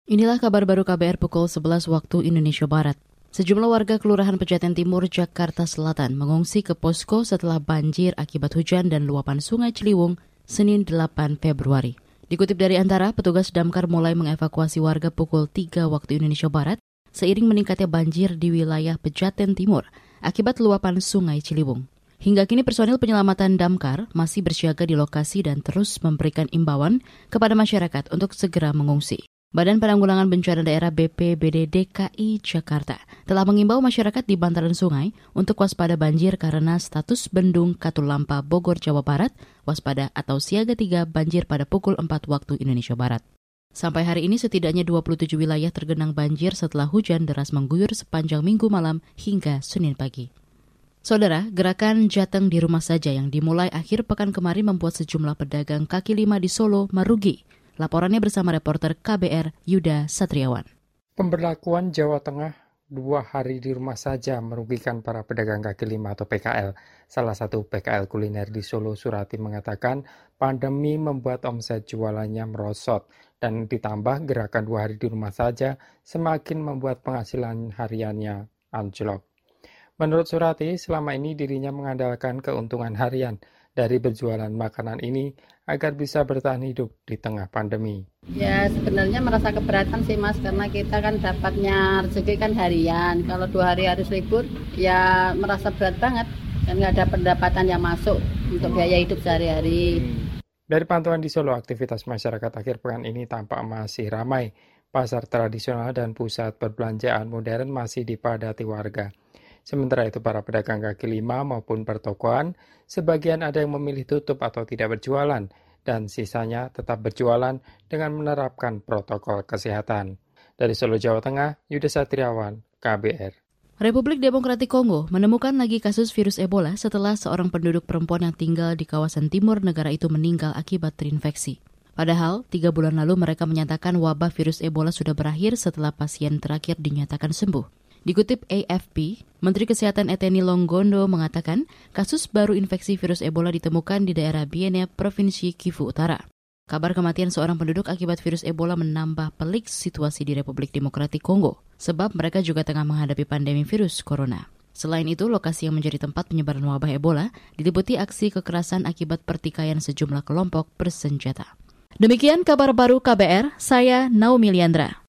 Inilah kabar baru KBR pukul 11 waktu Indonesia Barat. Sejumlah warga Kelurahan Pejaten Timur, Jakarta Selatan mengungsi ke posko setelah banjir akibat hujan dan luapan Sungai Ciliwung Senin 8 Februari. Dikutip dari Antara, petugas damkar mulai mengevakuasi warga pukul 3 waktu Indonesia Barat seiring meningkatnya banjir di wilayah Pejaten Timur akibat luapan Sungai Ciliwung. Hingga kini personil penyelamatan damkar masih bersiaga di lokasi dan terus memberikan imbauan kepada masyarakat untuk segera mengungsi. Badan Penanggulangan Bencana Daerah BPBD DKI Jakarta telah mengimbau masyarakat di bantaran sungai untuk waspada banjir karena status bendung Katulampa Bogor, Jawa Barat, waspada atau siaga 3 banjir pada pukul 4 waktu Indonesia Barat. Sampai hari ini setidaknya 27 wilayah tergenang banjir setelah hujan deras mengguyur sepanjang minggu malam hingga Senin pagi. Saudara, gerakan Jateng di rumah saja yang dimulai akhir pekan kemarin membuat sejumlah pedagang kaki lima di Solo merugi. Laporannya bersama reporter KBR Yuda Satriawan. Pemberlakuan Jawa Tengah 2 hari di rumah saja merugikan para pedagang kaki lima atau PKL. Salah satu PKL kuliner di Solo, Surati, mengatakan pandemi membuat omset jualannya merosot dan ditambah gerakan 2 hari di rumah saja semakin membuat penghasilan hariannya anjlok. Menurut Surati, selama ini dirinya mengandalkan keuntungan harian dari berjualan makanan ini agar bisa bertahan hidup di tengah pandemi. Ya sebenarnya merasa keberatan sih Mas, karena kita kan dapatnya rezeki kan harian. Kalau 2 hari harus libur, ya merasa berat banget. Kan nggak ada pendapatan yang masuk untuk biaya hidup sehari-hari. Dari pantauan di Solo, aktivitas masyarakat akhir pekan ini tampak masih ramai. Pasar tradisional dan pusat perbelanjaan modern masih dipadati warga. Sementara itu para pedagang kaki lima maupun pertokoan, sebagian ada yang memilih tutup atau tidak berjualan, dan sisanya tetap berjualan dengan menerapkan protokol kesehatan. Dari Solo, Jawa Tengah, Yuda Satriawan, KBR. Republik Demokratik Kongo menemukan lagi kasus virus Ebola setelah seorang penduduk perempuan yang tinggal di kawasan timur negara itu meninggal akibat terinfeksi. Padahal, 3 bulan lalu mereka menyatakan wabah virus Ebola sudah berakhir setelah pasien terakhir dinyatakan sembuh. Dikutip AFP, Menteri Kesehatan Eteni Longondo mengatakan kasus baru infeksi virus Ebola ditemukan di daerah Bienne, Provinsi Kivu Utara. Kabar kematian seorang penduduk akibat virus Ebola menambah pelik situasi di Republik Demokratik Kongo, sebab mereka juga tengah menghadapi pandemi virus corona. Selain itu, lokasi yang menjadi tempat penyebaran wabah Ebola diliputi aksi kekerasan akibat pertikaian sejumlah kelompok bersenjata. Demikian kabar baru KBR, saya Naomi Liandra.